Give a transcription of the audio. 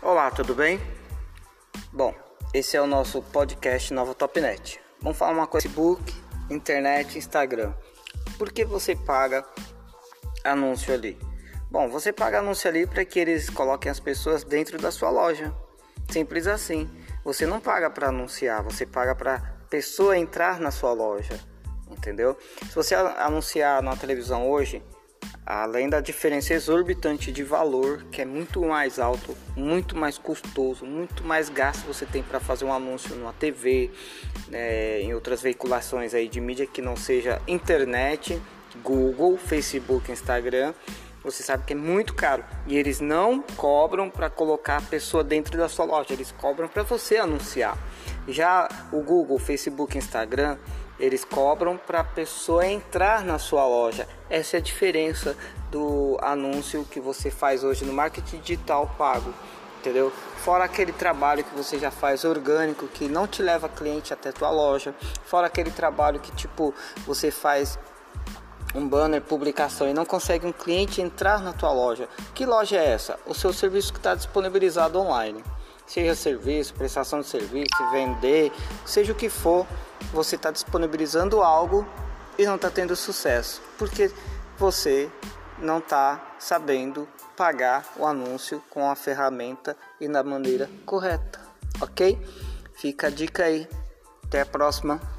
Olá, tudo bem? Bom, esse é o nosso podcast Nova Topnet. Vamos falar uma coisa: Facebook, internet, Instagram. Por que você paga anúncio ali? Bom, você paga anúncio ali para que eles coloquem as pessoas dentro da sua loja. Simples assim. Você não paga para anunciar, você paga para pessoa entrar na sua loja, entendeu? Se você anunciar na televisão hoje, além da diferença exorbitante de valor, que é muito mais alto, muito mais custoso, muito mais gasto você tem para fazer um anúncio numa TV, em outras veiculações aí de mídia que não seja internet, Google, Facebook, Instagram, você sabe que é muito caro. E eles não cobram para colocar a pessoa dentro da sua loja, eles cobram para você anunciar. Já o Google, Facebook, Instagram, eles cobram para a pessoa entrar na sua loja. Essa é a diferença do anúncio que você faz hoje no marketing digital pago, entendeu? Fora aquele trabalho que você já faz orgânico, que não te leva cliente até tua loja. Fora aquele trabalho que você faz um banner, publicação e não consegue um cliente entrar na tua loja. Que loja é essa? O seu serviço que está disponibilizado online. Seja serviço, prestação de serviço, vender, seja o que for, você está disponibilizando algo e não está tendo sucesso, porque você não está sabendo pagar o anúncio com a ferramenta e da maneira correta, ok? Fica a dica aí, até a próxima.